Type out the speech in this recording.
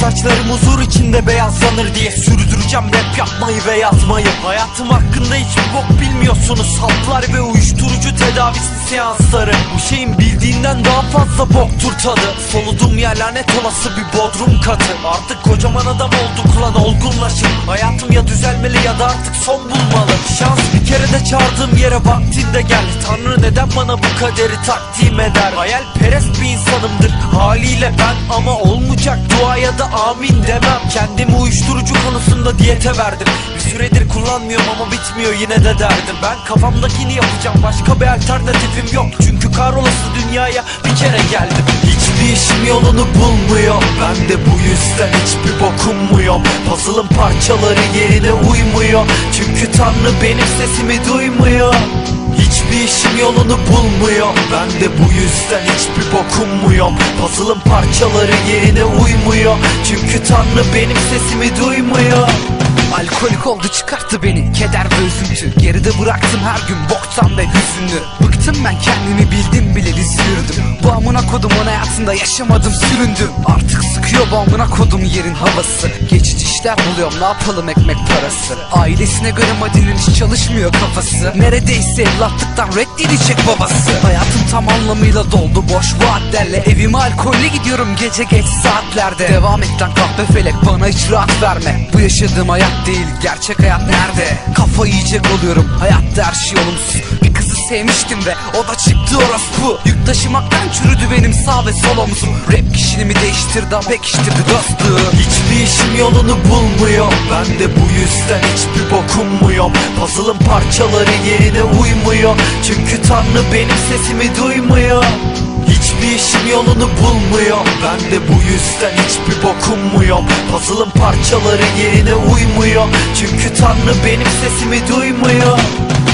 saçlarım huzur içinde beyazlanır diye sürdüreceğim rap yapmayı ve yazmayı. Hayatım hakkında hiçbir bok bilmiyorsunuz. Halklar ve uyuşturucu tedavisi seansları. Bu şeyin bildiğinden daha fazla boktur tadı. Soluduğum yer lanet olası bir bodrum katı. Artık kocaman adam olduk lan, olgunlaşın. Hayatım ya düzelmeli ya da artık son bulmalı. Şans bir kere de çağırdığım yere vaktinde gel. Tanrı neden bana bu kaderi takdim eder? Hayalperest bir insanımdır haliyle ben, ama olmayacak duaya da amin demem. Kendimi uyuşturucu konusunda diyete verdim. Bir süredir kullanmıyorum ama bitmiyor yine de derdim. Ben kafamdakini yapacağım, başka bir alternatifim yok. Çünkü kahrolası dünyaya bir kere geldim. Hiçbir işim yolunu bulmuyor, ben de bu yüzden hiçbir bok ummuyorum. Puzzle'ın parçaları yerine uymuyor, çünkü Tanrı benim sesimi duymuyor. Hiçbir işim yolunu bulmuyor, ben de bu yüzden hiçbir bok ummuyorum. Puzzle'ın parçaları yerine uymuyor, çünkü Tanrı benim sesimi duymuyor. Alkolik oldu çıkarttı beni keder ve üzüntü. Geride bıraktım her gün boktan ve hüzünlü. Bıktım ben kendimi bildim bile üzülürdüm. Bu amına kodumun hayatında yaşamadım süründüm. Artık sıkıyor bu amına kodum yerin havası. Geçici işler buluyorum, ne yapalım ekmek parası. Ailesine göre Madi'nin hiç çalışmıyor kafası. Neredeyse evlatlıktan reddedecek babası. Hayatım tam anlamıyla doldu boş vaatlerle. Evime alkolle gidiyorum gece geç saatlerde. Devam et lan kahpe felek, bana hiç rahat verme. Bu yaşadığım hayat değil, gerçek hayat nerede? Kafayı yiyecek oluyorum, hayatta her şey olumsuz. Bir kızı sevmiştim ve o da çıktı orospu. Yük taşımaktan çürüdü benim sağ ve sol omzum. Rap kişiliğimi değiştirdi ama pekiştirdi dostluğu. Hiçbir işim yolunu bulmuyor, ben de bu yüzden hiçbir bok ummuyorum. Puzzle'ın parçaları yerine uymuyor, çünkü Tanrı benim sesimi duymuyor. Hiçbir işim yolunu bulmuyor, ben de bu yüzden hiçbir bok ummuyorum. Puzzle'ın parçaları yerine uymuyor, çünkü Tanrı benim sesimi duymuyor.